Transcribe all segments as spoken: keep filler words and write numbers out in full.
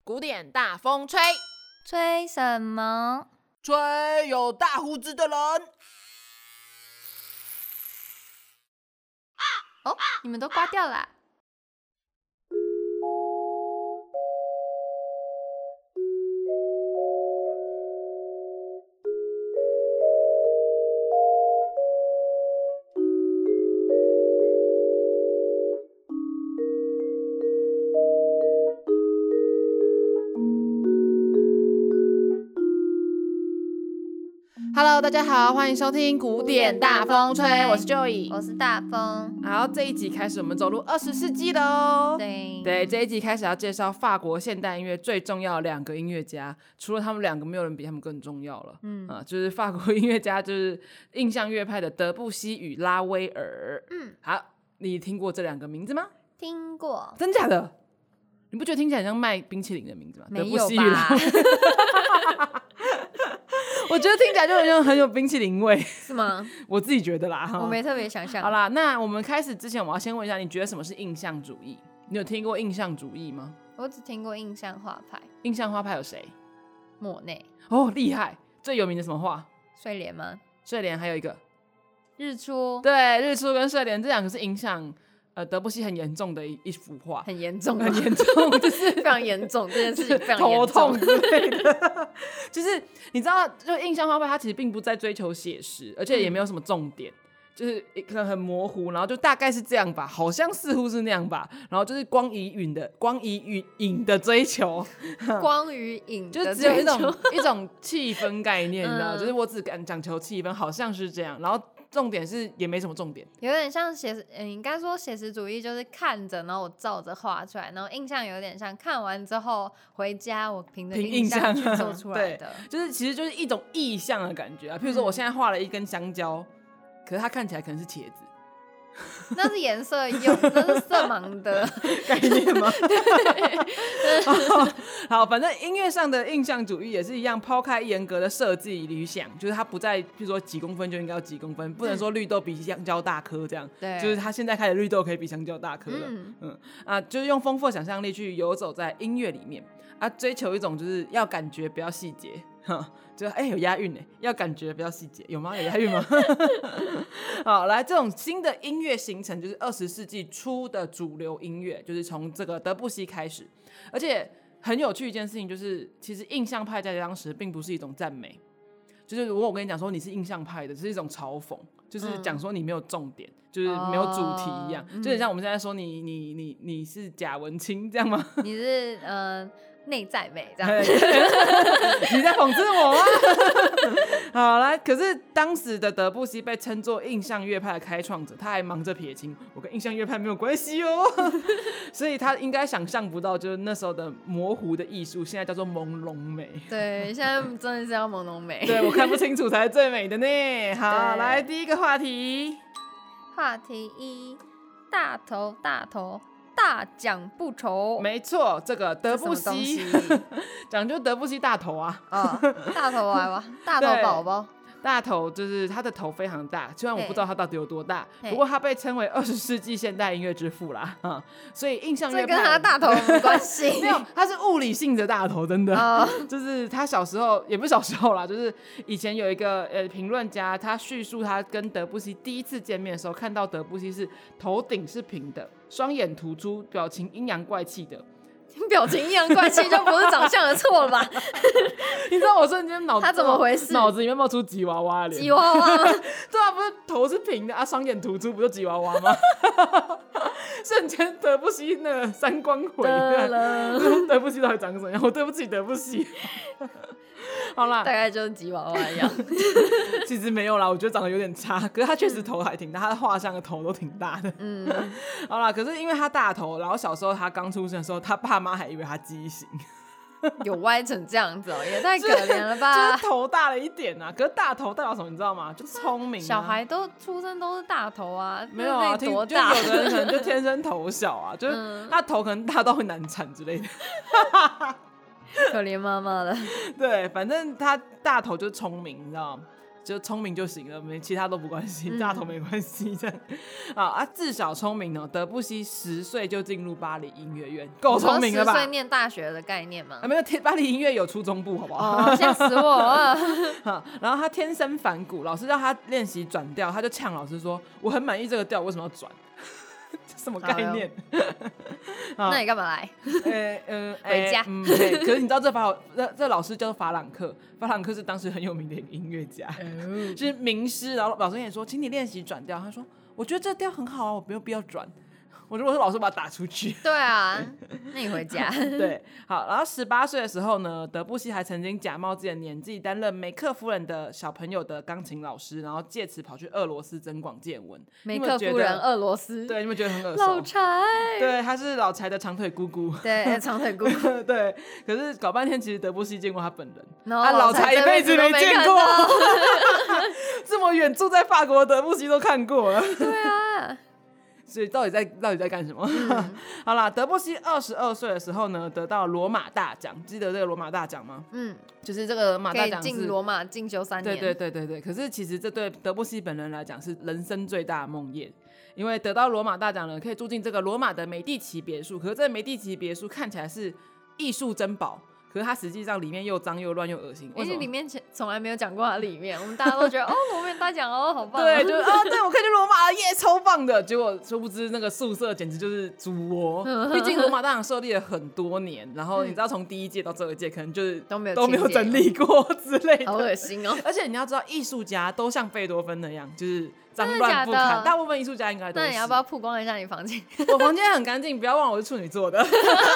古典大风吹， 吹什么？ 吹有大胡子的人。 哦，你们都刮掉啦。 Hello， 大家好，欢迎收听古典大风吹，我是 Joey， 我是大风。 好，这一集开始我们走入二十世纪喽。 对对，这一集开始要介绍法国现代音乐最重要的两个音乐家，除了他们两个，没有人比他们更重要了。嗯啊，就是法国音乐家，就是印象乐派的德布西与拉威尔。嗯，好，你听过这两个名字吗？ 听过。 真假的？你不觉得听起来很像卖冰淇淋的名字吗？ 没有吧？ 我觉得听起来就很像很有冰淇淋味， 是吗？ 我自己觉得啦。 我没特别想象。 好啦，那我们开始之前，我要先问一下，你觉得什么是印象主义？你有听过印象主义吗？ 我只听过印象画派。 印象画派有谁？ 莫内。 哦，厉害！最有名的什么画？ 睡莲吗？ 睡莲，还有一个日出。 对，日出跟睡莲这两个是影响呃德布西很严重的 一, 一幅画， 很严重， 很严重，就是非常严重，这件事情非常严重， 头痛之类的。就是你知道，就印象画派它其实并不在追求写实，而且也没有什么重点。嗯，就是可能很模糊，然后就大概是这样吧，好像似乎是那样吧，然后就是光与影的光与影的追求， 光与影就只有一种一种气氛概念，你知道，嗯，就是我只敢讲求气氛，好像是这样，然后重点是也没什么重点， 有点像写实，嗯，应该说写实主义就是看着，然后我照着画出来，然后印象有点像看完之后回家我凭着印象去做出来的， 对，就是其实就是一种意象的感觉啊。譬如说我现在画了一根香蕉。嗯，可是它看起来可能是茄子， 那是颜色用，那是色盲的概念吗？好，反正音乐上的印象主义也是一样，抛开严格的设计理想，就是它不在，比如说几公分就应该要几公分，不能说绿豆比香蕉大颗这样。对，就是它现在开始绿豆可以比香蕉大颗了。嗯, 嗯啊，就是用丰富的想象力去游走在音乐里面啊，追求一种就是要感觉不要细节。就哎、欸、有押韵呢，要感觉不要细节，有吗？有押韵吗？好，来，这种新的音乐形成就是二十世纪初的主流音乐，就是从这个德布西开始。而且很有趣一件事情就是，其实印象派在当时并不是一种赞美，就是如果我跟你讲说你是印象派的，这是一种嘲讽，就是讲说你没有重点，嗯，就是没有主题一样，哦，就很像我们现在说你你你你是贾文清这样吗？ 你是呃。内在美这样你在讽刺我吗？好来，可是当时的德布西被称作印象乐派的开创者，他还忙着撇清我跟印象乐派没有关系哦，所以他应该想象不到，就是那时候的模糊的艺术，现在叫做朦胧美。 对，现在真的是要朦胧美。 对，我看不清楚才是最美的呢。好，来第一个话题。 话题一：大头大头。大讲不愁， 没错，这个德布西讲就德布西大头啊， 哦，大头娃娃，大头宝宝， 大头就是他的头非常大，虽然我不知道他到底有多大，不过他被称为二十世纪现代音乐之父啦，嗯，所以印象乐派这跟他大头没关系， 没有，他是物理性的大头，真的，哦，就是他小时候也不是小时候啦，就是以前有一个呃评论家，他叙述他跟德布西第一次见面的时候，看到德布西是头顶是平的，双眼突出，表情阴阳怪气的。 表情阴阳怪气就不是长相的错了吧？ 你知道我瞬间脑子他怎么回事？ 脑子里面冒出吉娃娃的脸。 吉娃娃？ 对啊，不是头是平的啊，双眼突出，不就吉娃娃吗？瞬间德布西那个三观毁了。德布西到底长什么样？我对不起德布西。好啦， 大概就是吉娃娃一样。 其实没有啦，我觉得长得有点差，可是他确实头还挺大，他的画像的头都挺大的。嗯，好啦，可是因为他大头，然后小时候他刚出生的时候，他爸妈还以为他畸形。 有歪成这样子哦，也太可怜了吧！ 就是头大了一点啊，可是大头代表什么你知道吗？就聪明，啊。 小孩都出生都是大头啊， 没有啊， 多大？ 就有的人可能就天生头小啊，就是他头可能大到会难产之类的。可怜妈妈了。 对，反正他大头就是聪明，你知道吗？ 就聪明就行了，没其他都不关系，大头没关系这样。啊啊，自小聪明呢，德布西十岁就进入巴黎音乐院，够聪明了吧？ 十岁念大学的概念吗？ 啊，没有，巴黎音乐有初中部，好不好？ 哦，吓死我了。 然后他天生反骨，老师让他练习转调，他就呛老师说：“我很满意这个调，为什么要转？”什么概念？ 那你干嘛来？ 呃呃， 回家。 嗯，对。可是你知道这法这这老师叫做法朗克，法朗克是当时很有名的音乐家，嗯、就是名师。然后老师也说，请你练习转调。他说，我觉得这调很好啊，我没有必要转。我如果是老师把他打出去。 对啊，那你回家。 对，好。然后十八岁的时候呢，德布西还曾经假冒自己的年纪，担任梅克夫人的小朋友的钢琴老师，然后借此跑去俄罗斯增广见闻。 梅克夫人，俄罗斯。 对，你们觉得很耳熟？ 老柴。 对，他是老柴的长腿姑姑。 对，长腿姑姑。 对，可是搞半天，其实德布西见过他本人， no, 啊，老柴一辈子没见过。这么远住在法国的德布西都看过了。 对啊。 所以到底在到底在干什么？嗯、好啦，德布西二十二岁的时候呢，得到罗马大奖，记得这个罗马大奖吗？嗯，就是这个罗马大奖是可以进罗马进修三年。 对对对对对。可是其实这对德布西本人来讲是人生最大的梦魇，因为得到罗马大奖呢，可以住进这个罗马的美第奇别墅。可是这梅第奇别墅看起来是艺术珍宝。可是它实际上里面又脏又乱又恶心， 因为里面从来没有讲过它里面，我们大家都觉得哦，罗马大奖哦，好棒、啊。 对，就是哦，对我可以去罗马了，耶，超棒的。结果殊不知那个宿舍简直就是猪窝，毕竟罗马大奖设立了很多年，然后你知道从第一届到这一届可能就是都没有都没有整理过之类的， 好恶心哦。 而且你要知道，艺术家都像贝多芬那样，就是脏乱不堪，大部分艺术家应该都是。 那你要不要曝光一下你房间？ 我房间很干净，不要忘了我是处女座的。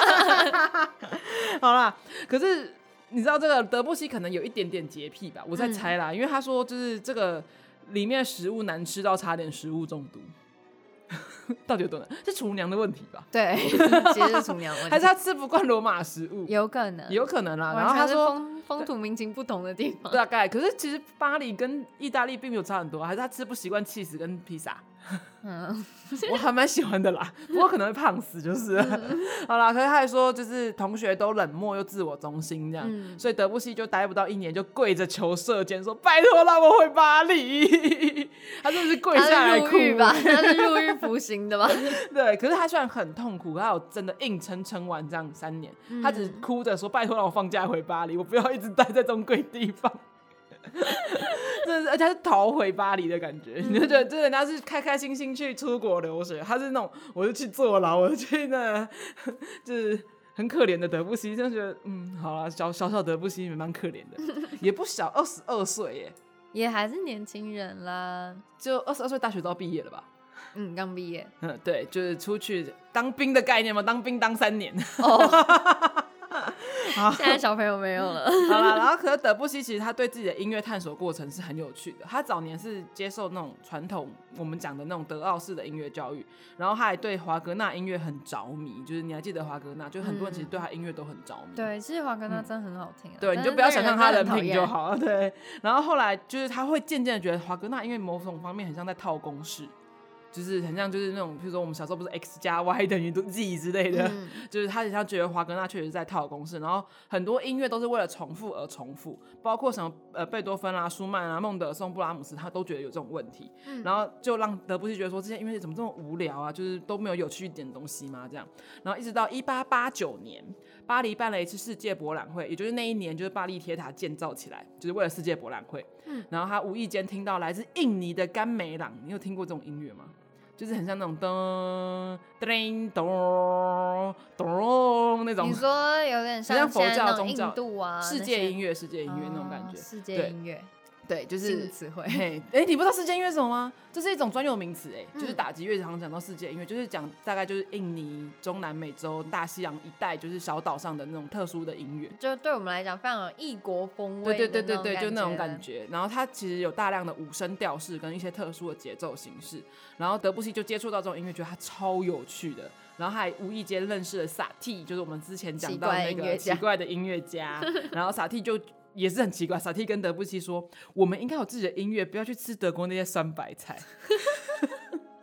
好啦，可是你知道这个德布西可能有一点点洁癖吧，我在猜啦、嗯、因为他说就是这个里面的食物难吃到差点食物中毒。到底有多难？是厨娘的问题吧？ 对，其实是厨娘问题， 还是他吃不惯罗马食物？ 有可能， 有可能啦。然后他说风风土民情不同的地方， 大概。可是其实巴黎跟意大利并没有差很多，还是他吃不习惯起司跟披萨。嗯，我还蛮喜欢的啦，不过可能会胖死就是了、嗯、好啦。可是他还说就是同学都冷漠又自我中心这样、嗯、所以德布西就待不到一年就跪着求射箭说拜托让我回巴黎。他真的是跪下来哭， 他是入狱吧？他是入狱服刑的吧？ 对，可是他虽然很痛苦，他有真的硬撑撑完这样三年、嗯、他只哭着说拜托让我放假回巴黎，我不要一直待在这种鬼地方。真的是，而且他是逃回巴黎的感觉，嗯、你就觉得，就人家是开开心心去出国留学，他是那种，我就去坐牢，我就去那，就是很可怜的德布西，就觉得，嗯，好啦，小小小德布西也蛮可怜的，也不小，二十二岁耶， 也还是年轻人啦， 就二十二岁，大学都要毕业了吧？ 嗯，刚毕业。 嗯，对，就是出去当兵的概念嘛，当兵当三年。哦。 现在小朋友没有了。 好啦，然后可是德布西其实他对自己的音乐探索过程是很有趣的。他早年是接受那种传统我们讲的那种德奥式的音乐教育，然后他还对华格纳音乐很着迷。就是你还记得华格纳？就很多人其实对他音乐都很着迷。 嗯、对，其实华格纳真的很好听、啊嗯。 对，你就不要想象他人品就好了。对，然后后来就是他会渐渐的觉得华格纳因为某种方面很像在套公式。就是很像，就是那种，比如说我们小时候不是 x 加 y 等于 z 之类的，嗯、就是他很像觉得华格纳确实在套公式，然后很多音乐都是为了重复而重复，包括什么呃贝多芬啊、舒曼啊、孟德尔颂、布拉姆斯，他都觉得有这种问题，嗯、然后就让德布西觉得说这些音乐怎么这么无聊啊，就是都没有有趣一点的东西嘛这样，然后一直到一八八九年，巴黎办了一次世界博览会，也就是那一年就是巴黎铁塔建造起来，就是为了世界博览会，嗯、然后他无意间听到来自印尼的甘美朗，你有听过这种音乐吗？就是很像那种噔噔咚咚那种， 你说有点像佛教宗教、印度啊， 世界音乐、世界音乐那种感觉。 哦、世界音乐， 对，就是词汇。 哎、欸，你不知道世界音乐是什么吗？这是一种专有名词，哎、嗯，就是打击乐常讲到世界音乐，就是讲大概就是印尼、中南美洲、大西洋一带，就是小岛上的那种特殊的音乐。 就对我们来讲，非常有异国风味。 对对对对对，就那种感觉。然后它其实有大量的五声调式跟一些特殊的节奏形式。然后德布西就接触到这种音乐，觉得它超有趣的。然后他还无意间认识了萨蒂，就是我们之前讲到那个奇怪的音乐家。然后萨蒂就也是很奇怪，萨蒂跟德布西说：“我们应该有自己的音乐，不要去吃德国那些酸白菜。”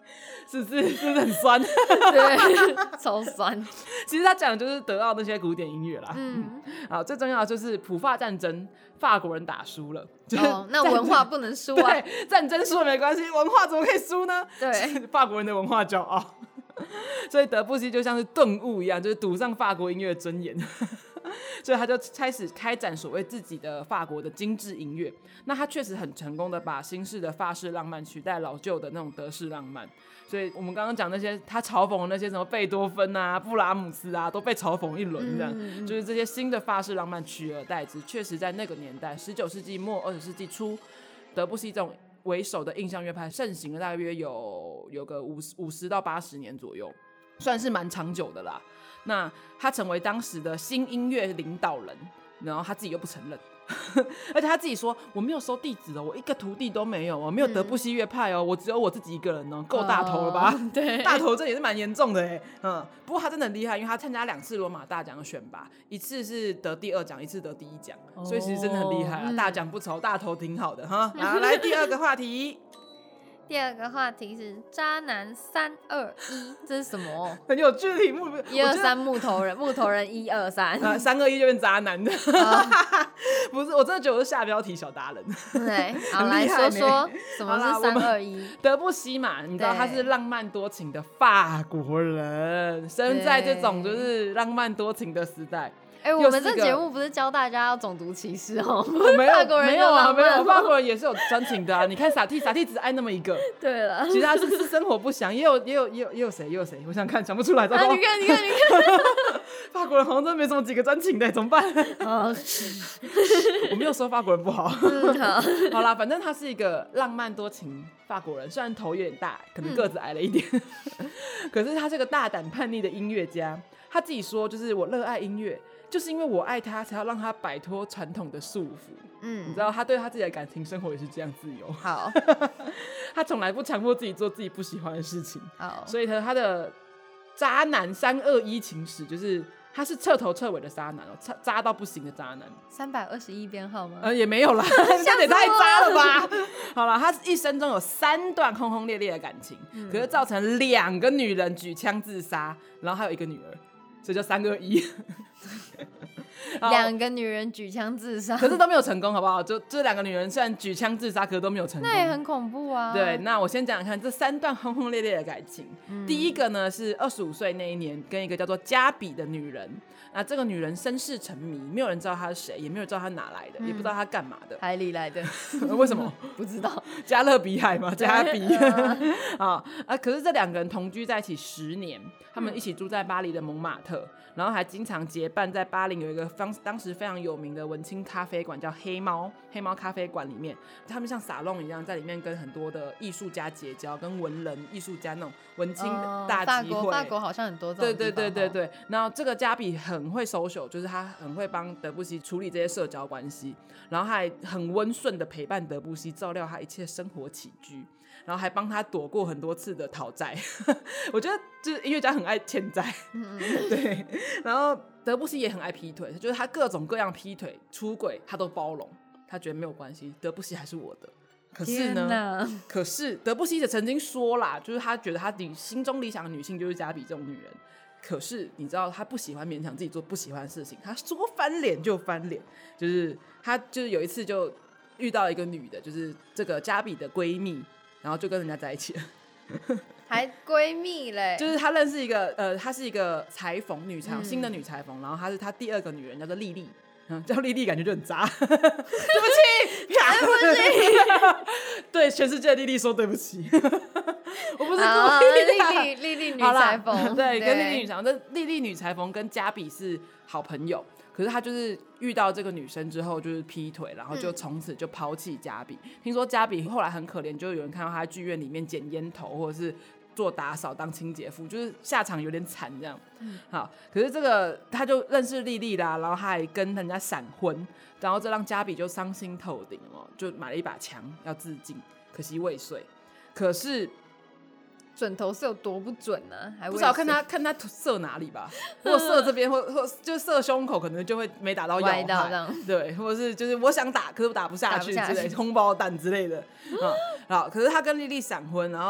是不是是不是很酸？ 对，超酸。 其实他讲的就是德奥那些古典音乐啦。嗯，好，最重要的就是普法战争，法国人打输了。就是哦，那文化不能输啊。 对，战争输了没关系，文化怎么可以输呢？ 对， 法国人的文化骄傲。所以德布西就像是顿悟一样，就是赌上法国音乐的尊严。所以他就开始开展所谓自己的法国的精致音乐。那他确实很成功的把新式的法式浪漫取代老旧的那种德式浪漫。所以我们刚刚讲那些他嘲讽的那些什么贝多芬啊、布拉姆斯啊，都被嘲讽一轮这样。嗯、就是这些新的法式浪漫取而代之，确实在那个年代，十九世纪末、二十世纪初，德布西这种为首的印象乐派盛行了大约有有个五五十到八十年左右，算是蛮长久的啦。那他成为当时的新音乐领导人，然后他自己又不承认，而且他自己说我没有收弟子哦，我一个徒弟都没有哦，没有德布西乐派哦，我只有我自己一个人哦，够大头了吧？ 哦、对， 大头这也是蛮严重的哎，嗯，不过他真的很厉害，因为他参加两次罗马大奖的选拔，一次是得第二奖，一次得第一奖，哦、所以其实真的很厉害啊，嗯、大奖不愁，大头挺好的哈。好，来第二个话题。 第二个话题是渣男三二一，这是什么？ 很有趣的题目。 一二三木头人，木头人一二三， 啊，三二一就变渣男的。哦、不是，我真的觉得我是下标题小达人。 对，好，来说说什么是三二一。 德布西嘛，你知道他是浪漫多情的法国人，生在这种就是浪漫多情的时代。 哎、欸，我们这节目不是教大家要种族歧视哦？ 没有， 法国人没有啊，没有，法国人也是有专情的啊。你看傻 T， 傻 T 只爱那么一个。 对了， 其他是是生活不详，也有也有也有也有谁也有谁，我想看想不出来。 啊，你看你看你看， 法国人好像真没什么几个专情的，怎么办？ 哦， 我没有说法国人不好。 嗯、好， 好啦，反正他是一个浪漫多情法国人，虽然头有点大，可能个子矮了一点，嗯、可是他是个大胆叛逆的音乐家。他自己说，就是我热爱音乐。就是因为我爱他，才要让他摆脱传统的束缚。嗯，你知道他对他自己的感情生活也是这样自由。 好， 他从来不强迫自己做自己不喜欢的事情。 好， 所以他他的渣男三二一情史，就是他是彻头彻尾的渣男哦，渣渣到不行的渣男。 三百二十一编号吗？ 呃，也没有啦，这也太渣了吧！好了，他一生中有三段轰轰烈烈的感情，嗯、可是造成两个女人举枪自杀，然后还有一个女儿。所以叫三二一， 两个女人举枪自杀， 可是都没有成功，好不好？就这两个女人虽然举枪自杀，可是都没有成功， 那也很恐怖啊。 对，那我先讲讲看这三段轰轰烈烈的感情。嗯、第一个呢是二十五岁那一年，跟一个叫做加比的女人。那这个女人身世沉迷，没有人知道她是谁，也没有人知道她哪来的，嗯、也不知道她干嘛的， 海里来的。 为什么？ 不知道。 加勒比海吗？加比啊啊！可是这两个人同居在一起十年，他们一起住在巴黎的蒙马特。然后还经常结伴在巴黎有一个当当时非常有名的文青咖啡馆叫黑猫黑猫咖啡馆里面，他们像沙龙一样在里面跟很多的艺术家结交，跟文人艺术家那种文青大集会。 哦、法国法国好像很多这种地方。 对对对对对。然后这个加比很会 social， 就是他很会帮德布西处理这些社交关系，然后他还很温顺的陪伴德布西，照料他一切生活起居。然后还帮他躲过很多次的讨债，我觉得就是音乐家很爱欠债，嗯、对。然后德布西也很爱劈腿，就是他各种各样劈腿、出轨，他都包容，他觉得没有关系，德布西还是我的。可是呢，可是德布西也曾经说啦，就是他觉得他心中理想的女性就是加比这种女人。可是你知道他不喜欢勉强自己做不喜欢的事情，他说翻脸就翻脸，就是他就是有一次就遇到一个女的，就是这个加比的闺蜜。然后就跟人家在一起了， 还闺蜜嘞， 就是她认识一个呃，她是一个裁缝女裁、嗯、新的女裁缝，然后她是她第二个女人，叫做莉莉，嗯，叫莉莉感觉就很渣，对不起， 对不起， 对全世界的莉莉说对不起，我不是故意的。莉莉莉莉女裁缝， 对，跟莉莉女裁缝，这莉莉女裁缝跟加比是好朋友。可是他就是遇到这个女生之后就是劈腿，然后就从此就抛弃加比、嗯、听说加比后来很可怜，就有人看到他在剧院里面捡烟头或者是做打扫当清洁妇，就是下场有点惨这样、嗯、好，可是这个他就认识莉莉啦，然后他还跟人家闪婚，然后这让加比就伤心透顶哦，就买了一把枪要自尽，可惜未遂。可是准头是有多不准呢、啊？还不知道看他看他射哪里吧，或射这边，或或就射胸口，可能就会没打到要害，对，或者是就是我想打，可是打不下去之类，空包弹之类的啊。好，可是他跟莉莉闪婚，然后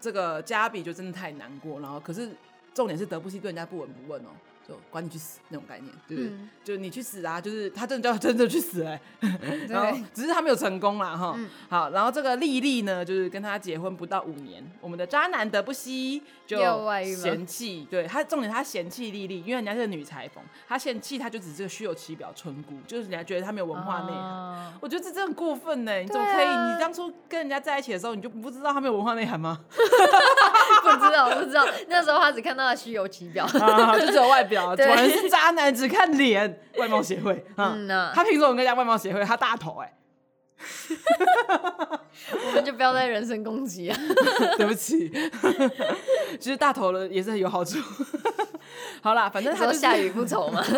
这个加比就真的太难过，然后可是重点是德布西对人家不闻不问哦，就管你去死那种概念，就是、嗯、就你去死啊，就是他真的叫真的去死哎、欸，然后只是他没有成功啦哈、嗯。好，然后这个莉莉呢，就是跟他结婚不到五年，我们的渣男德布西就嫌弃，对他重点他嫌弃莉莉，因为人家是女裁缝，他嫌弃他就只是个虚有其表春姑，就是人家觉得他没有文化内涵、哦。我觉得这真的很过分呢、欸，你怎么可以、啊？你当初跟人家在一起的时候，你就不知道他没有文化内涵吗？ 不知道，不知道，那时候他只看到他虚有其表， 啊、就只有外表，果然是渣男，只看脸。外貌协会，啊、嗯啊，他凭什么跟人家外貌协会？他大头哎、欸， 我们就不要再人身攻击啊！ 对不起，其实大头了也是很有好处。好啦，反正他、就是、 说下雨不愁嘛。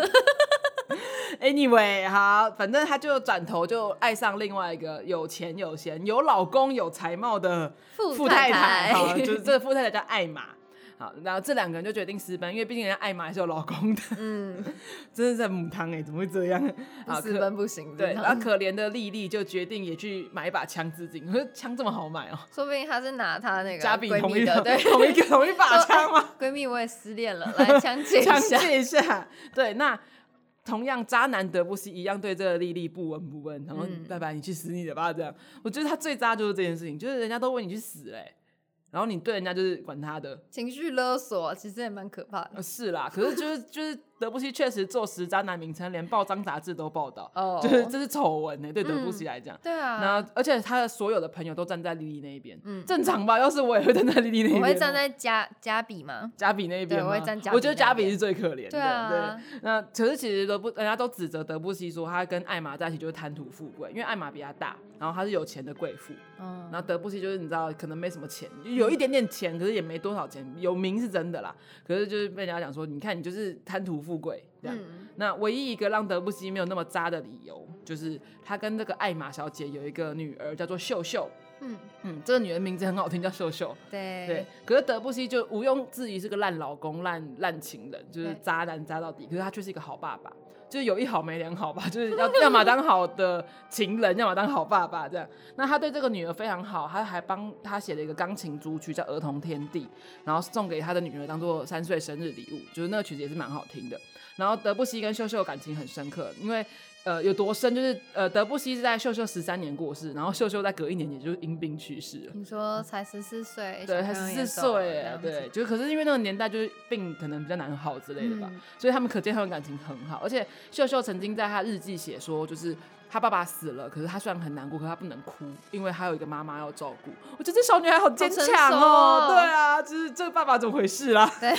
Anyway， 好，反正他就转头就爱上另外一个有钱有闲、有老公有才貌的富太太，好，就是这个富太太叫艾玛。好，然后这两个人就决定私奔，因为毕竟人家艾玛也是有老公的，嗯，真的是在母汤哎，怎么会这样？ 私奔不行， 对，然后可怜的莉莉就决定也去买一把枪自尽，可是枪这么好买哦、喔， 说不定他是拿他那个加比同一的，对， 同一个同一把枪吗？ 闺蜜我也失恋了，来枪借一下， 枪借一下，对，那同样渣男德布西一样对这个莉莉不闻不问，然后拜拜，你去死你的吧，这样，我觉得他最渣就是这件事情，就是人家都问你去死嘞、欸。然后你对人家就是管他的情绪勒索，其实也蛮可怕的。 是啦，可是就是就是德布西确实坐实渣男名称，连报章杂志都报道，哦、oh. 就是这是丑闻呢，对德布西来讲、嗯。 对啊。 然后而且他的所有的朋友都站在莉莉那一边，嗯，正常吧？要是我也会站在莉莉那一边。 我会站在加加比吗？ 加比那一边吗？ 对，我会站加比。 我觉得加比是最可怜的。 对啊。 对。那可是其实德布人家都指责德布西说他跟艾玛在一起就是贪图富贵，因为艾玛比他大，然后他是有钱的贵妇，嗯，然后德布西就是你知道可能没什么钱，有一点点钱。可是也没多少钱，有名是真的啦。可是就是被人家讲说，你看你就是贪图富贵这样、嗯。那唯一一个让德布西没有那么渣的理由，就是他跟这个艾玛小姐有一个女儿叫做秀秀。嗯嗯，这个女人名字很好听，叫秀秀。 对对。可是德布西就毋庸置疑是个烂老公、烂烂情人，就是渣男渣到底。可是他却是一个好爸爸。就是有一好没两好吧，就是要要么当好的情人，要么当好爸爸这样。那他对这个女儿非常好，他还帮他写了一个钢琴组曲叫《儿童天地》，然后送给他的女儿当做三岁生日礼物，就是那个曲子也是蛮好听的。然后德布西跟秀秀感情很深刻，因为呃有多深，就是呃德布西是在秀秀十三年过世，然后秀秀在隔一年也就是因病去世了。 你说才十四岁， 对，才十四岁，对，就可是因为那个年代就是病可能比较难好之类的吧，嗯、所以他们可见他们感情很好。而且秀秀曾经在他日记写说，就是他爸爸死了，可是他虽然很难过，可是他不能哭，因为他有一个妈妈要照顾。我觉得这小女孩好坚强哦，对啊，就是这个爸爸怎么回事啦？对，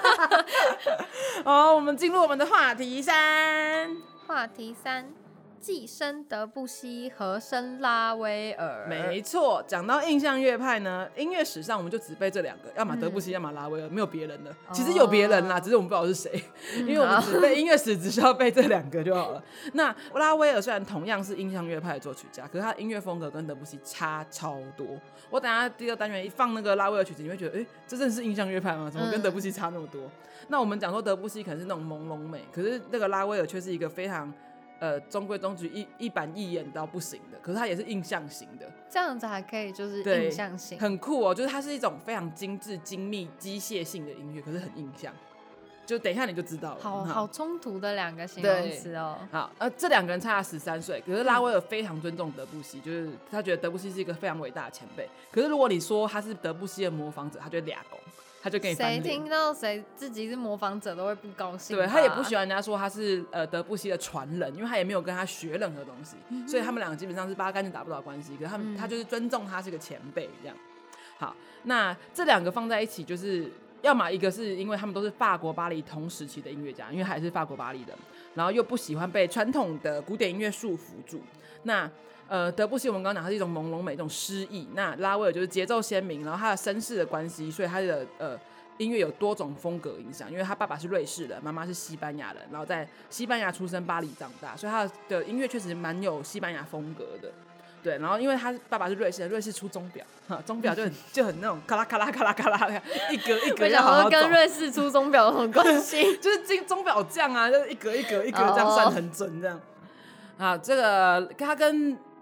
好，我们进入我们的话题三。 话题三，寄生德布西，和声拉威尔。 没错，讲到印象乐派呢，音乐史上我们就只背这两个，要么德布西，嗯、要么拉威尔，没有别人了。其实有别人啦，哦、只是我们不知道是谁，嗯、因为我们只背音乐史，只需要背这两个就好了。那拉威尔虽然同样是印象乐派的作曲家，可是他的音乐风格跟德布西差超多。我等一下第二单元一放那个拉威尔曲子，你会觉得，哎、欸，这真的是印象乐派吗？怎么跟德布西差那么多？嗯、那我们讲说德布西可能是那种朦胧美，可是那个拉威尔却是一个非常呃中规中矩、一一板一眼到不行的，可是它也是印象型的， 这样子还可以就是印象型， 很酷哦。就是它是一种非常精致、精密、机械性的音乐，可是很印象。就等一下你就知道了。 好好冲突的两个形容词哦。 好，呃，这两个人差十三岁，可是拉威尔非常尊重德布西，就是他觉得德布西是一个非常伟大的前辈。可是如果你说他是德布西的模仿者，他就俩拱，他就跟你翻脸。 谁听到谁自己是模仿者都会不高兴。 对，他也不喜欢人家说他是呃德布西的传人，因为他也没有跟他学任何东西，嗯、所以他们两个基本上是八竿子打不着关系。可是他们、嗯、他就是尊重他是个前辈这样。好，那这两个放在一起就是。要么一个是因为他们都是法国巴黎同时期的音乐家，因为他也是法国巴黎人，然后又不喜欢被传统的古典音乐束缚住。那呃，德布西我们刚刚讲它是一种朦胧美，一种诗意。那拉威尔就是节奏鲜明，然后他的身世的关系，所以他的呃音乐有多种风格影响。因为他爸爸是瑞士人，妈妈是西班牙人，然后在西班牙出生，巴黎长大，所以他的音乐确实蛮有西班牙风格的。对，然后因为他爸爸是瑞士人，瑞士出钟表，钟表就很就很那种咔啦咔啦咔啦咔啦，一格一格要好好走。 我想说跟瑞士出钟表有什么关系？ 就是钟表匠啊，就是一格一格一格这样算很准这样。啊，这个他跟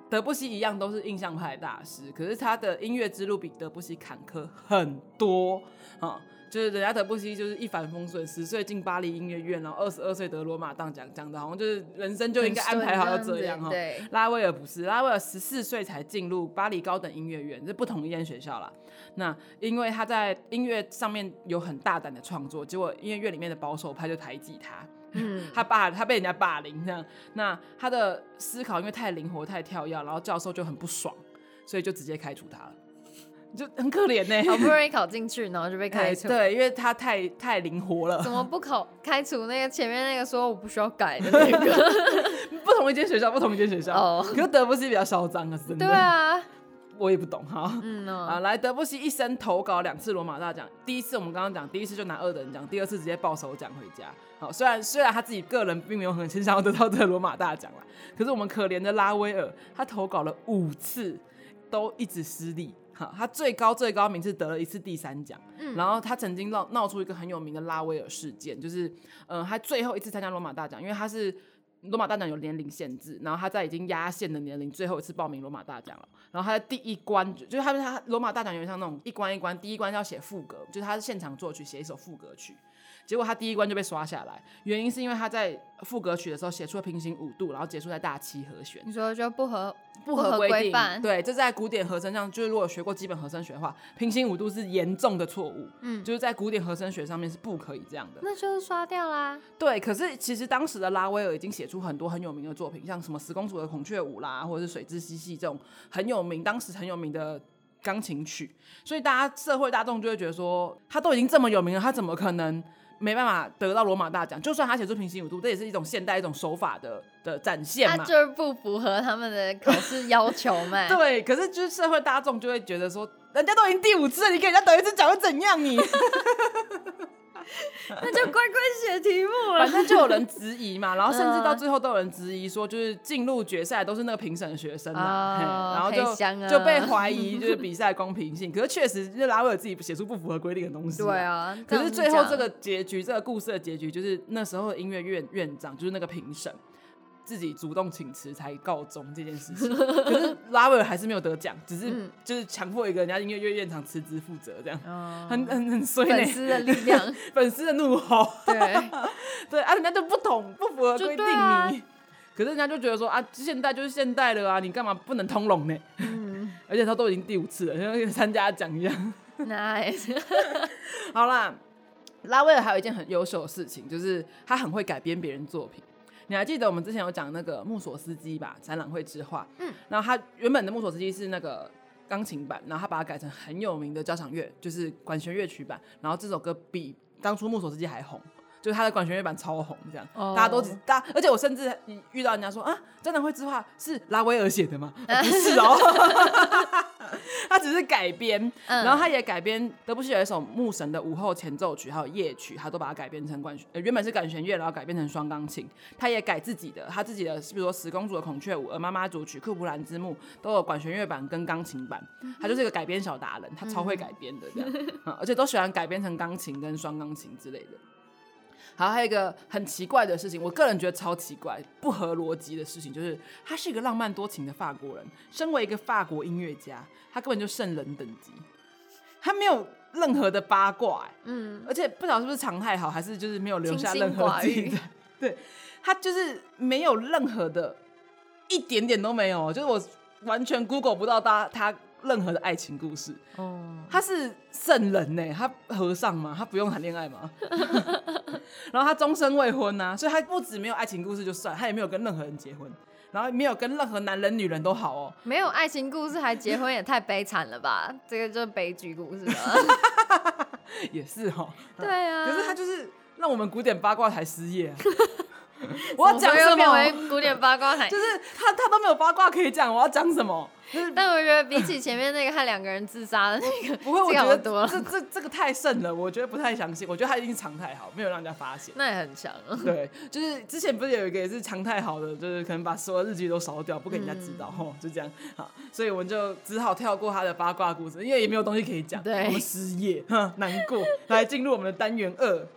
德布西一样都是印象派大师，可是他的音乐之路比德布西坎坷很多、嗯、就是人家德布西就是一帆风顺，十岁进巴黎音乐院，然后二十二岁得罗马当奖，讲的好像就是人生就应该安排好要这样、哦、 对。 拉威尔不是，拉威尔十四岁才进入巴黎高等音乐院，这不同一间学校啦。那因为他在音乐上面有很大胆的创作，结果音乐院里面的保守派就排挤他。嗯，他霸他被人家霸凌这样，那他的思考因为太灵活太跳跃，然后教授就很不爽，所以就直接开除他了，就很可怜呢、欸。 好不容易考进去，然后就被开除。 对，因为他太太灵活了。 怎么不考开除那个前面那个说我不需要改的那个？ 不同一间学校，不同一间学校。哦，可是德布西比较嚣张啊，真的。 对啊。 我也不懂哈， 嗯哦、 啊，来，德布西一生投稿两次罗马大奖，第一次我们刚刚讲，第一次就拿二等奖，第二次直接抱首奖回家。好，虽然虽然他自己个人并没有很倾向要得到这个罗马大奖啦，可是我们可怜的拉威尔，他投稿了五次，都一直失利。好，他最高最高名次得了一次第三奖、嗯，然后他曾经闹闹出一个很有名的拉威尔事件，就是，呃，他最后一次参加罗马大奖，因为他是。罗马大奖有年龄限制，然后他在已经压线的年龄最后一次报名罗马大奖了，然后他在第一关就是他他罗马大奖有点像那种一关一关，第一关要写副歌，就是他是现场作曲写一首副歌曲，结果他第一关就被刷下来，原因是因为他在副歌曲的时候写出了平行五度，然后结束在大七和弦。 你说就不合不合规定，对，这在古典和声上，就是如果有学过基本和声学的话，平行五度是严重的错误，嗯，就是在古典和声学上面是不可以这样的。 那就是刷掉啦。 对，可是其实当时的拉威尔已经写出很多很有名的作品，像什么十公主的孔雀舞啦，或者是水之嬉戏这种很有名，当时很有名的钢琴曲，所以大家社会大众就会觉得说，他都已经这么有名了，他怎么可能没办法得到罗马大奖？就算他写出平行五度，这也是一种现代一种手法的的展现嘛。 他就是不符合他们的考试要求嘛。 对，可是就是社会大众就会觉得说，人家都已经第五次了，你给人家得一次奖会怎样你？ 那就乖乖写题目了。 反正就有人质疑嘛，然后甚至到最后都有人质疑说，就是进入决赛都是那个评审学生啊、哦，然后 就,、啊、就被怀疑就是比赛公平性。可是确实，就是拉威尔自己写出不符合规定的东西、啊。 对啊。 可是最后这个结局，这个故事的结局，就是那时候的音乐院院长，就是那个评审。自己主动请辞才告终这件事情，可是拉威尔还是没有得奖，只是就是强迫一个人家音乐院院长辞职负责这样，嗯、很很很衰、欸。 粉丝的力量， 粉丝的怒吼， 对对啊，人家就不懂不符合规定你、啊，可是人家就觉得说啊，现代就是现代了啊，你干嘛不能通融呢？嗯，而且他都已经第五次了，像跟参加奖一样。 Nice 好啦，拉威尔还有一件很优秀的事情，就是他很会改编别人作品。你还记得我们之前有讲那个穆索斯基吧，展览会之画，嗯，然后他原本的穆索斯基是那个钢琴版，然后他把它改成很有名的交响乐，就是管弦乐曲版，然后这首歌比当初穆索斯基还红，就是他的管弦乐版超红，这样、oh. 大家都大家，而且我甚至遇到人家说啊，展览会之画是拉威尔写的吗？不是哦，他只是改编、嗯，然后他也改编德布西有一首牧神的午后前奏曲，还有夜曲，他都把它改编成管弦、呃，原本是管弦乐，然后改编成双钢琴。他也改自己的，他自己的，比如说十公主的孔雀舞、而妈妈组曲、库普兰之墓都有管弦乐版跟钢琴版。他就是一个改编小达人，他超会改编的这样、嗯，而且都喜欢改编成钢琴跟双钢琴之类的。好，还有一个很奇怪的事情，我个人觉得超奇怪、不合逻辑的事情，就是他是一个浪漫多情的法国人，身为一个法国音乐家，他根本就圣人等级，他没有任何的八卦、欸，嗯，而且不晓得是不是常态好，还是就是没有留下任何记载，对，他就是没有任何的，一点点都没有，就是我完全 Google 不到他他任何的爱情故事，哦，他是圣人呢、欸，他和尚嘛，他不用谈恋爱嘛。然后他终身未婚啊，所以他不止没有爱情故事就算，他也没有跟任何人结婚，然后没有跟任何男人女人都好哦。 没有爱情故事还结婚也太悲惨了吧，这个就是悲剧故事了。 也是哦， 对啊， 可是他就是让我们古典八卦台失业、啊。我要讲什么？ 变为古典八卦台， 就是他他都没有八卦可以讲，我要讲什么？ 但我觉得比起前面那个和两个人自杀的那个， 不会，我觉得这这这个太甚了，我觉得不太相信。我觉得他一定是常态好，没有让人家发现。 那也很强、啊。 对，就是之前不是有一个也是常态好的，就是可能把所有日记都烧掉，不给人家知道，嗯、就这样。好，所以我们就只好跳过他的八卦故事，因为也没有东西可以讲。 对， 我们失业，难过。来进入我们的单元二。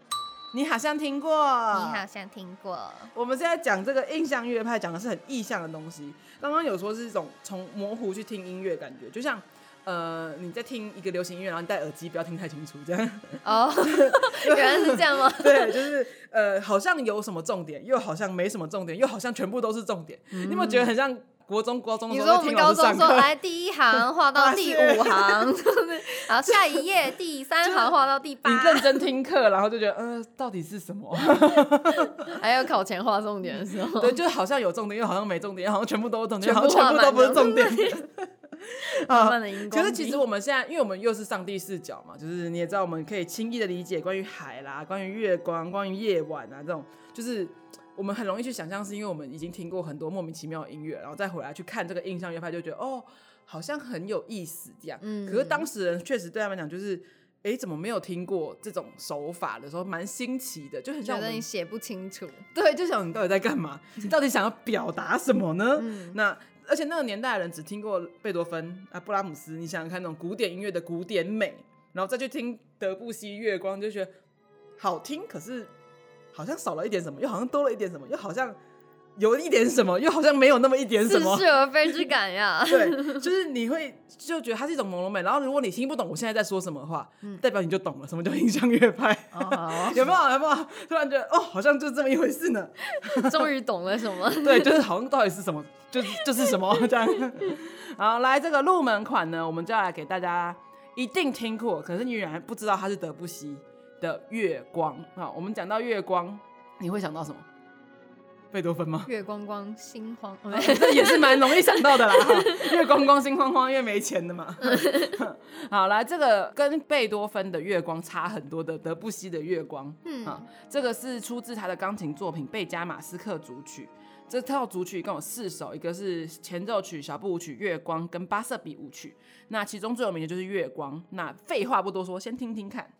你好像听过， 你好像听过。 我们现在讲这个印象乐派，讲的是很意象的东西。刚刚有说是一种从模糊去听音乐感觉，就像呃你在听一个流行音乐，然后你戴耳机，不要听太清楚，这样。哦， 原来是这样吗？ 对，就是呃好像有什么重点，又好像没什么重点，又好像全部都是重点。嗯、你有没有觉得很像？国中、高中的时候， 你说我们高中说来第一行画到第五行，然后下一页第三行画到第八。 你认真听课，然后就觉得，呃，到底是什么？ 还有考前画重点的时候， 对，就好像有重点，又好像没重点，好像全部都是重点，好像全部都不是重点。啊，可是其实我们现在，因为我们又是上帝视角嘛，就是你也知道，我们可以轻易的理解关于海啦、关于月光、关于夜晚啊这种，就是。我们很容易去想象，是因为我们已经听过很多莫名其妙的音乐，然后再回来去看这个印象乐派，就觉得哦，好像很有意思这样。嗯、可是当时人确实对他们讲，就是哎，怎么没有听过这种手法的时候，蛮新奇的，就很像我们觉得你写不清楚。 对，就想你到底在干嘛？你到底想要表达什么呢？嗯、那而且那个年代的人只听过贝多芬啊、布拉姆斯，你想想看那种古典音乐的古典美，然后再去听德布西《月光》，就觉得好听，可是。好像少了一点什么，又好像多了一点什么，又好像有一点什么，又好像没有那么一点什么， 似是而非之感呀。 对，就是你会就觉得它是一种朦胧美，然后如果你听不懂我现在在说什么的话，嗯、代表你就懂了什么叫印象乐派。哦、有没有？有没有？突然觉得哦，好像就这么一回事呢。 终于懂了什么？ 对，就是好像到底是什么，就是就是什么这样。好，来这个入门款呢，我们就要来给大家一定听过，可是你仍然不知道它是德布西的月光。好，我们讲到月光，你会想到什么？贝多芬吗？ 月光光心慌， 啊、这也是蛮容易想到的啦。月光光心慌慌，因为没钱的嘛。好，来这个跟贝多芬的月光差很多的德布西的月光，嗯，啊、这个是出自他的钢琴作品《贝加马斯克组曲》。这套组曲一共有四首，一个是前奏曲、小步舞曲、月光跟巴瑟比舞曲。那其中最有名的就是月光。那废话不多说，先听听看。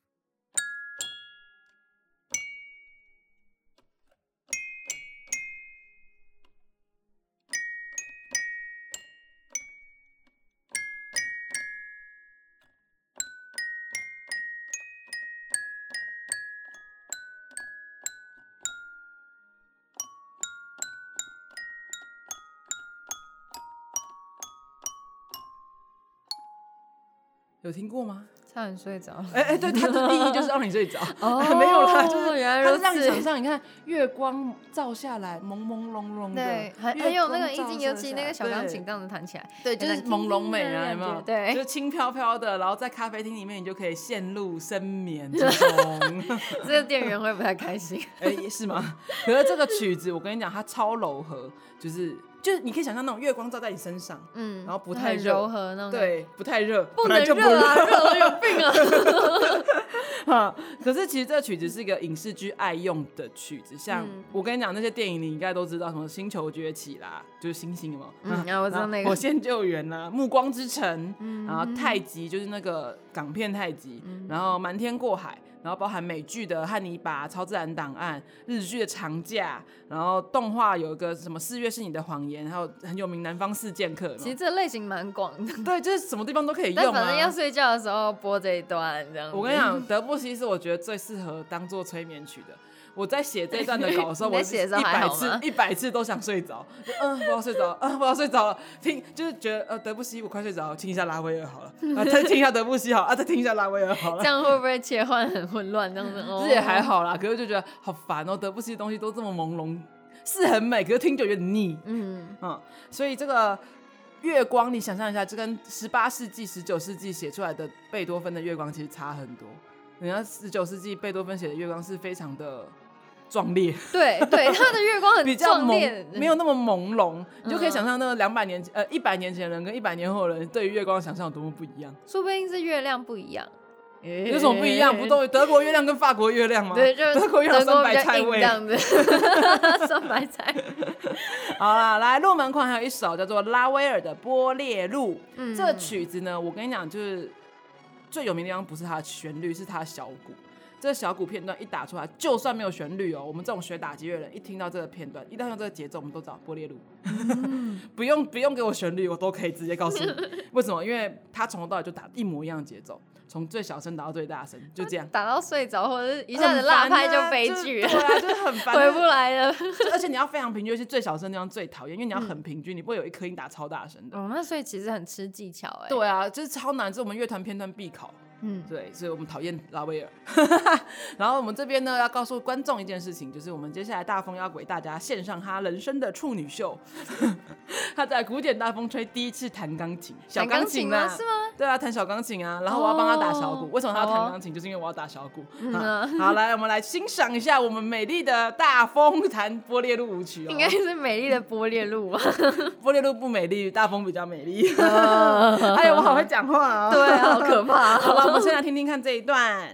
有听过吗？ 差点睡着。 哎哎，对，它的意义就是让你睡着。哦，没有啦，就是原来它是让你想象，你看月光照下来，朦朦胧胧的， 对，还还有那个一进尤其那个小钢琴这样子弹起来， 对，就是朦胧美啊，有没有？ 对， 就是轻飘飘的，然后在咖啡厅里面，你就可以陷入深眠之中。 这个店员会不太开心。 哎，是吗？可是这个曲子，我跟你讲，它超柔和，就是。就是你可以想象那种月光照在你身上，嗯，然后不太热， 柔和那种， 对，不太热， 不能热啊，热了有病啊！ 啊，可是其实这个曲子是一个影视剧爱用的曲子，像、嗯、我跟你讲那些电影，你应该都知道，什么《星球崛起》啦，就是星星有没有？ 嗯，啊、我知道那个《 火线救援》啦，《暮光之城》嗯，然后太极就是那个港片太极，嗯、然后《瞒天过海》。然后包含美剧的《汉尼拔》、《超自然档案》、日剧的《长假》，然后动画有一个什么《四月是你的谎言》，还有很有名《南方四剑客》。 其实这类型蛮广的， 对，就是什么地方都可以用、啊。 但反正要睡觉的时候播这一段，这样子。 我跟你讲，德布西是我觉得最适合当做催眠曲的。我在写这一段的稿的时候，我一百次一百次都想睡着，嗯，我要睡着，嗯，我要睡着了。听，就是觉得呃，德布西，我快睡着了，听一下拉威尔好了，啊，再听一下德布西好了，啊，再听一下拉威尔好了。 这样会不会切换很混乱？这样子， 这也还好啦，可是就觉得好烦哦，德布西的东西都这么朦胧，是很美，可是听久有点腻，嗯嗯，所以这个月光，你想象一下，这跟十八世纪、十九世纪写出来的贝多芬的月光其实差很多。人家十九世纪贝多芬写的月光是非常的。壮烈， 对对，他的月光很壮烈， 没有那么朦胧，你就可以想象那个两百年前呃一百年前的人跟一百年后的人对于月光的想象有多么不一样。 说不定是月亮不一样， 欸、有什么不一样？不都德国月亮跟法国月亮吗？ 对，就是德国月亮酸白菜味， 这样子，酸白菜。 好啦，来入门款还有一首叫做拉威尔的《波列路》，嗯，这个曲子呢，我跟你讲，就是最有名的地方不是它的旋律，是它的小鼓。这个小鼓片段一打出来，就算没有旋律哦，我们这种学打击乐的人一听到这个片段，一到用这个节奏，我们都知道波列路，嗯、不用不用给我旋律，我都可以直接告诉你为什么，因为他从头到尾就打一模一样的节奏， 从最小声打到最大声，就这样打到睡着，或者是一下子落拍就悲剧了， 对啊，就是很烦， 回不来了。 而且你要非常平均，是最小声那样最讨厌，因为你要很平均，嗯、你不会有一颗音打超大声的。 哦，那所以其实很吃技巧哎、欸。 对啊，就是超难，是我们乐团片段必考。 嗯， 对，所以我们讨厌拉威尔。然后我们这边呢，要告诉观众一件事情，就是我们接下来大风要给大家献上他人生的处女秀。他在古典大风吹第一次弹钢琴，小钢琴啦， 是吗？ 对啊，弹小钢琴啊。然后我要帮他打小鼓。哦、为什么他要弹钢琴？哦、就是因为我要打小鼓。嗯啊、好，来，我们来欣赏一下我们美丽的大风弹波列路舞曲哦。 应该是美丽的波列路吧？ 波列路不美丽，大风比较美丽。哎呀，我好会讲话哦。 对，好可怕。 好了，我们先来听听看这一段。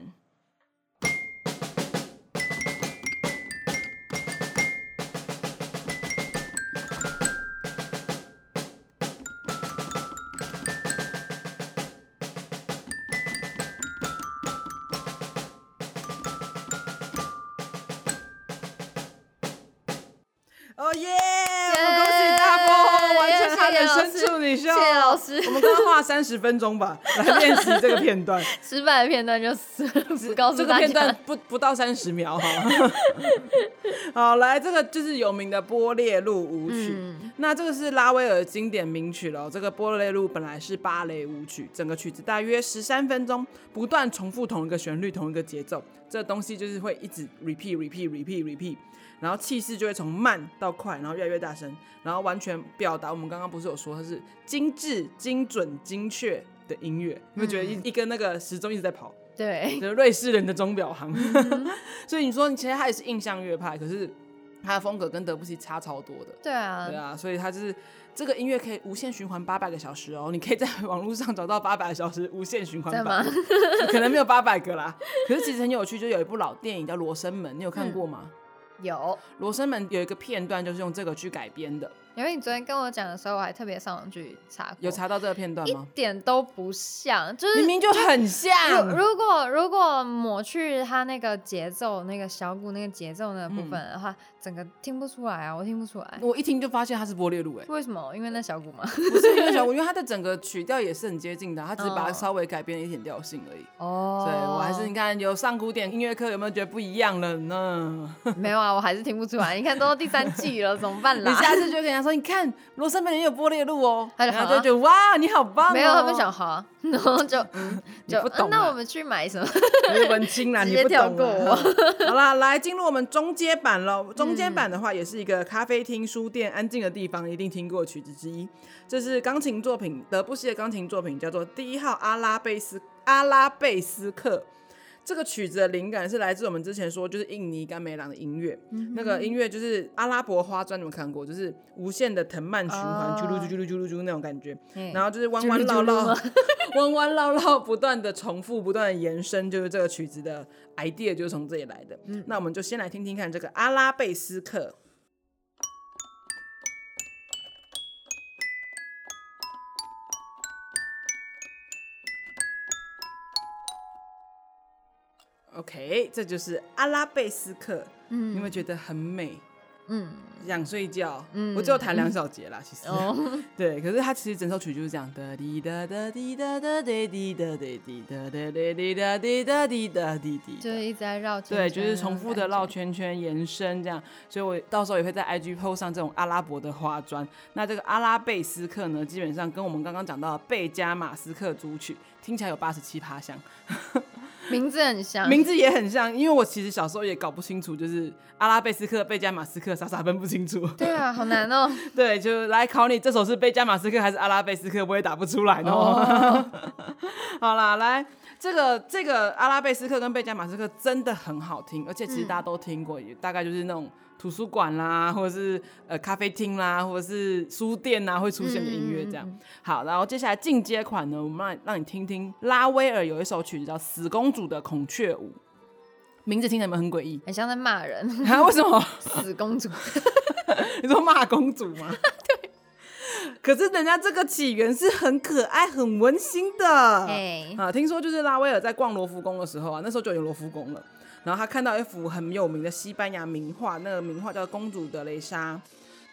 哦耶！我们恭喜大波完成他人生处女秀， 谢谢老师。 我们刚刚花三十分钟吧来练习这个片段， 失败的片段就是不告诉这个片段不不到三十秒哈。好，来这个就是有名的波列路舞曲，嗯、那这个是拉威尔经典名曲了。这个波列路本来是芭蕾舞曲，整个曲子大约十三分钟，不断重复同一个旋律、同一个节奏，这个东西就是会一直 repeat repeat repeat repeat。然后气势就会从慢到快，然后越来越大声，然后完全表达我们刚刚不是有说它是精致、精准、精确的音乐，你会觉得 一,、嗯、一根那个时钟一直在跑， 对， 就是瑞士人的钟表行。嗯、所以你说其实他也是印象乐派，可是他的风格跟德布西差超多的。 对啊， 对啊，所以他就是这个音乐可以无限循环八百个小时哦，你可以在网络上找到八百个小时无限循环版，可能没有八百个啦，可是其实很有趣，就有一部老电影叫《罗生门》，你有看过吗？嗯有， 罗生门有一个片段就是用这个去改编的。 因为你昨天跟我讲的时候，我还特别上网去查过， 有查到这个片段吗？ 一点都不像，就是明明就很像。 如, 如果如果抹去他那个节奏，那个小鼓那个节奏那个部分的话，嗯、整个听不出来啊，我听不出来。 我一听就发现它是波列路哎。 为什么？因为那小鼓吗？ 不是因为小鼓，因为它的整个曲调也是很接近的，它只是把它稍微改变了一点调性而已。哦。所以我还是你看有上古典音乐课，有没有觉得不一样了呢？ 没有啊，我还是听不出来。你看都到第三季了，怎么办啦？ 你下次就跟人家说，你看。罗生门也有波列路哦，然后就觉得哇，你好棒哦！ 没有，他们想好，然后就嗯，就不懂、啊嗯。那我们去买什么？ 你文青啦， 你不懂我。 好啦，来进入我们中阶版了。中阶版的话，也是一个咖啡厅、书店、安静的地方，一定听过的曲子之一。这是钢琴作品，德布西的钢琴作品，叫做第一号阿拉贝斯阿拉贝斯克。这个曲子的灵感是来自我们之前说就是印尼甘梅朗的音乐、嗯、那个音乐就是阿拉伯花砖，你们看过，就是无限的藤蔓循环，啾噜啾噜啾噜啾那种感觉，然后就是弯弯绕绕弯弯绕绕不断的重复，不断的延伸，就是这个曲子的 idea 就是从这里来的、嗯、那我们就先来听听看这个阿拉贝斯克。OK， 这就是阿拉贝斯克，嗯，你有没有觉得很美？嗯，想睡觉，嗯，我只有弹两小节啦，其实，哦、对，可是它其实整首曲就是这样，哒滴哒哒滴哒哒滴滴哒滴滴哒哒滴滴哒滴哒滴哒滴滴， 就是一直在绕圈圈， 对，就是重复的绕圈圈延伸这样，所以我到时候也会在 I G po 上这种阿拉伯的花砖。那这个阿拉贝斯克呢，基本上跟我们刚刚讲到的贝加马斯克组曲听起来有八十七趴像。 名字很像， 名字也很像，因为我其实小时候也搞不清楚，就是阿拉贝斯克、贝加马斯克，傻傻分不清楚。 对啊，好难哦。 对，就来考你，这首是贝加马斯克还是阿拉贝斯克，我也打不出来哦。好啦，来，这个这个阿拉贝斯克跟贝加马斯克真的很好听，而且其实大家都听过，嗯、也大概就是那种图书馆啦，或者是呃咖啡厅啦，或者是书店啦会出现的音乐这样。嗯嗯嗯好，然后接下来进阶款呢，我们让让你听听拉威尔有一首曲子叫《死公主的孔雀舞》，名字听起来有没有很诡异？ 很像在骂人。 啊？为什么？ 死公主？ 你说骂公主吗？对。可是人家这个起源是很可爱、很温馨的。欸、啊，听说就是拉威尔在逛罗浮宫的时候啊，那时候就有罗浮宫了。然后他看到一幅很有名的西班牙名画，那个名画叫《公主德蕾莎》。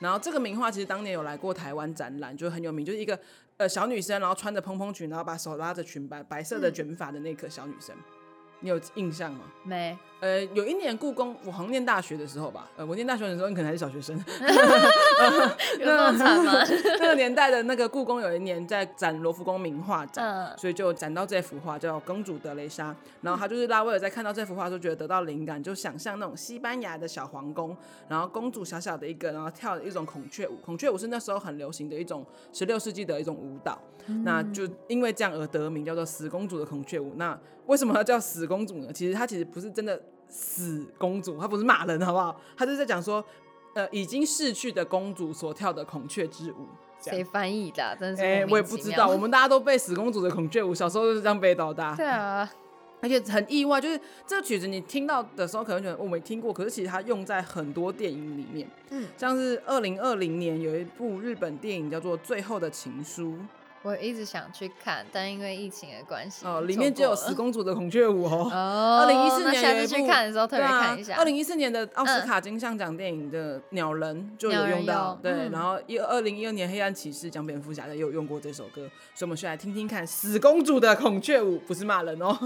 然后这个名画其实当年有来过台湾展览，就很有名，就是一个呃小女生，然后穿着蓬蓬裙，然后把手拉着裙摆，白色的卷发的那个小女生，嗯、你有印象吗？ 没。 呃，有一年故宫，我好像念大学的时候吧，呃，我念大学的时候你可能还是小学生， 有这么惨吗？ 那个年代的那个故宫有一年在展罗浮宫名画展、嗯，所以就展到这幅画叫《公主德蕾莎》，然后他就是拉威尔在看到这幅画的时候觉得得到灵感，就想象那种西班牙的小皇宫，然后公主小小的一个，然后跳一种孔雀舞，孔雀舞是那时候很流行的一种十六世纪的一种舞蹈、嗯，那就因为这样而得名叫做死公主的孔雀舞。那为什么要叫死公主呢？其实它其实不是真的死公主，她不是骂人好不好，她就是在讲说呃，已经逝去的公主所跳的孔雀之舞。 谁翻译的、啊？真是莫名其妙、 欸、我也不知道，我们大家都背死公主的孔雀舞，小时候就是这样背到大。 对啊， 而且很意外，就是这个曲子你听到的时候可能觉得我没听过，可是其实它用在很多电影里面，嗯，像是二零二零年有一部日本电影叫做《最后的情书》。 我一直想去看，但因为疫情的关系， 哦，里面就有死公主的孔雀舞哦。 哦， 二零一四年下次去看的时候特别看一下。 二零一四年的奥斯卡金像奖电影的《鸟人》就有用到，对、嗯，然后二零一二年《黑暗骑士》讲蝙蝠侠的也有用过这首歌，所以我们先来听听看死公主的孔雀舞，不是骂人哦。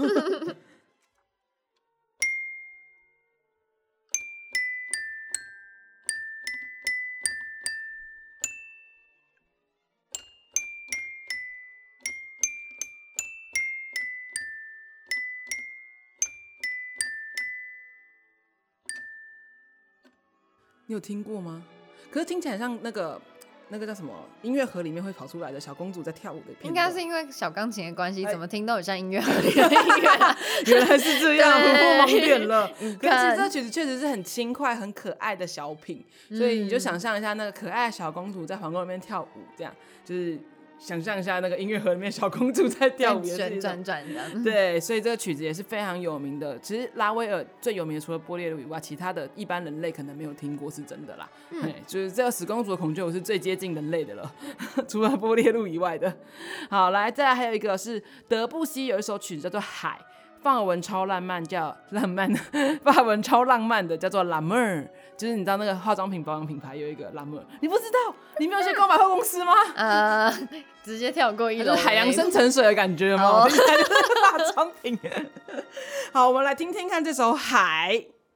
你有听过吗？可是听起来像那个那个叫什么音乐盒里面会跑出来的小公主在跳舞的片段。 应该是因为小钢琴的关系，怎么听都有像音乐盒里的音乐、啊、 原来是这样，突破盲点了。可是其实这曲子确实是很轻快很可爱的小品、嗯、所以你就想象一下那个可爱的小公主在皇宫里面跳舞，这样就是想象一下那个音乐盒里面小公主在跳舞， 旋转转的。 对，所以这个曲子也是非常有名的。其实拉威尔最有名的除了波列路以外，其他的一般人类可能没有听过，是真的啦。嗯，就是这个死公主的孔雀舞是最接近人类的了，除了波列路以外的。好，来，再来还有一个是德布西有一首曲子叫做《海》，法文超浪漫叫浪漫的，法文超浪漫的叫做 La Mer， 就是你知道那个化妆品保养品牌有一个 La Mer， 你不知道？你没有去购百货公司吗？ 呃，直接跳过一楼， 海洋深层水的感觉有没有？听起来就是化妆品。好，我们来听听看这首《海》。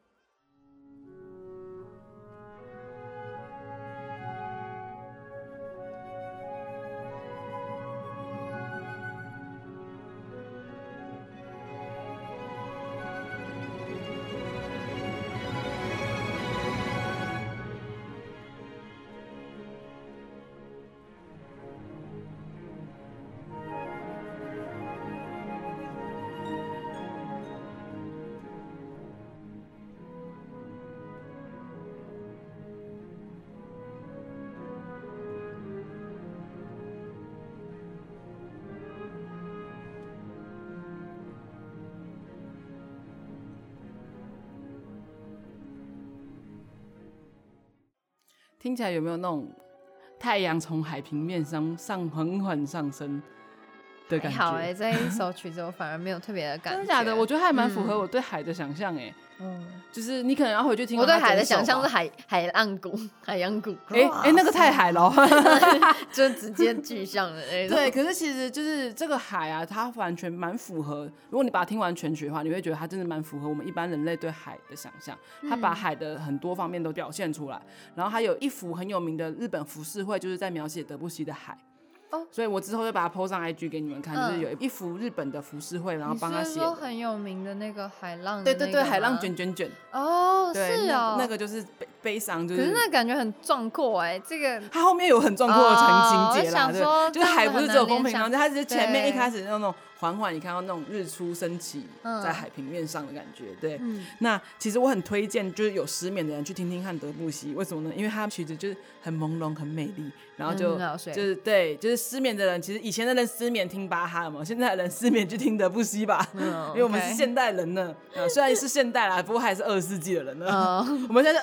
听起来有没有那种太阳从海平面上上缓缓上升的感觉？ 好哎、欸，这一首曲子我反而没有特别的感觉。 真的假的？我觉得还蛮符合我对海的想象哎、欸。嗯，就是你可能要回去听。 我对海的想象是海海岸谷、海洋谷。 哎哎、欸欸，那个太海了， 就直接具象的那种。 对，可是其实就是这个海啊，它完全蛮符合。如果你把它听完全曲的话，你会觉得它真的蛮符合我们一般人类对海的想象。它把海的很多方面都表现出来，然后还有一幅很有名的日本浮世绘，就是在描写德布西的海。Oh, 所以我之后就把它 po 上 I G 给你们看、嗯，就是有一幅日本的浮世绘，然后帮他写。 你是说很有名的那个海浪的、那个？对对对，海浪卷卷卷。 哦、oh, ，是哦， 那, 那个就是悲悲伤，就是。 可是那感觉很壮阔哎，这个。 它后面有很壮阔的情节啦， oh, 我想说就是海不是只有风平浪静，它只是前面一开始那种缓缓，你看到那种日出升起在海平面上的感觉，对。嗯、那其实我很推荐，就是有失眠的人去听听看德布西，为什么呢？因为他曲子就是很朦胧、很美丽，然后就、 嗯、 就是对，就是失眠的人，其实以前的人失眠听巴哈嘛，现在的人失眠去听德布西吧，嗯、因为我们是现代人呢，呃、虽然是现代啦，不过还是二十世纪的人呢。嗯、我们现在是二十一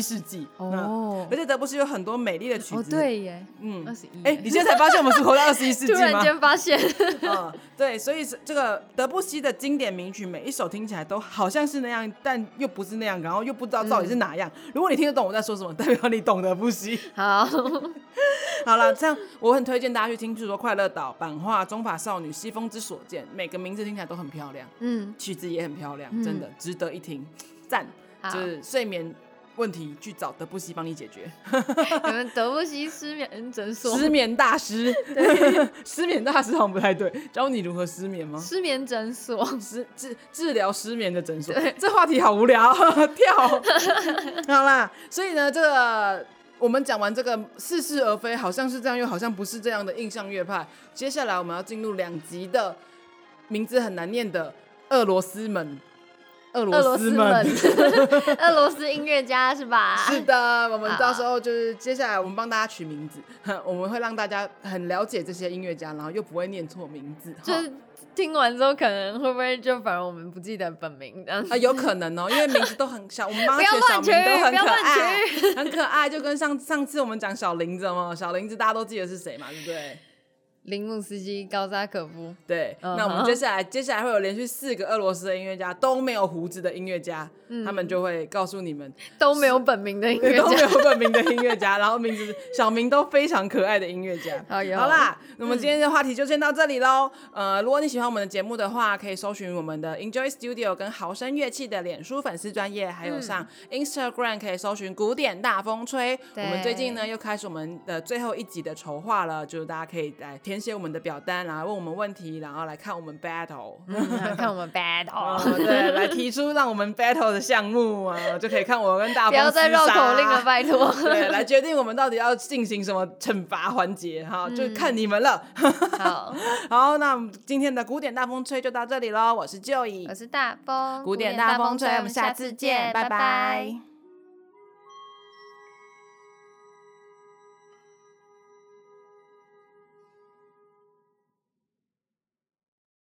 世纪哦、 嗯，而且德布西有很多美丽的曲子。 哦，对耶， 嗯， 二十一。 哎，你现在才发现我们是活到二十一世纪吗？ 突然间发现。 嗯，对，所以这个德布西的经典名曲，每一首听起来都好像是那样，但又不是那样，然后又不知道到底是哪样。嗯、如果你听得懂我在说什么，代表你懂德布西。 好， 好了，这样我很推荐大家去听，比如说《快乐岛》、版画、中法少女、西风之所见，每个名字听起来都很漂亮，嗯，曲子也很漂亮，真的、嗯、值得一听，赞。就是睡眠问题去找德布西帮你解决。 你们德布西失眠诊所， 失眠大师，失眠大师好像不太对，教你如何失眠吗？ 失眠诊所， 治治治疗失眠的诊所。这话题好无聊，跳。好啦，所以呢，这个我们讲完这个似是而非，好像是这样，又好像不是这样的印象乐派。接下来我们要进入两集的名字很难念的俄罗斯们。俄罗斯们， 俄罗斯音乐家是吧？ 是的，我们到时候就是接下来我们帮大家取名字，我们会让大家很了解这些音乐家，然后又不会念错名字。 就是听完之后，可能会不会就反而我们不记得本名这样子？ 啊，有可能哦，因为名字都很小，我们帮他取小名都很可爱，很可爱，就跟上上次我们讲小林子嘛，小林子大家都记得是谁嘛，对不对？ 林姆斯基、高扎可夫， 对， uh-huh. 那我们接下来接下来会有连续四个俄罗斯的音乐家都没有胡子的音乐家、嗯，他们就会告诉你们都没有本名的音乐家， 都没有本名的音乐家，然后名字小名都非常可爱的音乐家。 好, 好啦，那么今天的话题就先到这里咯、嗯、呃，如果你喜欢我们的节目的话，可以搜寻我们的 Enjoy Studio 跟豪声乐器的脸书粉丝专页，还有上 Instagram 可以搜寻古典大风吹。我们最近呢又开始我们的最后一集的筹划了，就是大家可以来填写我们的表单，然后问我们问题，然后来看我们 battle， 嗯、看我们 battle，、 嗯、对，来提出让我们 battle 的项目啊，就可以看我跟大风不要再绕口令了，拜托。 对，来决定我们到底要进行什么惩罚环节哈，就看你们了。 好， 好，那今天的古典大风吹就到这里咯，我是 Joey， 我是大风， 古典大风吹，我们下次见，拜拜。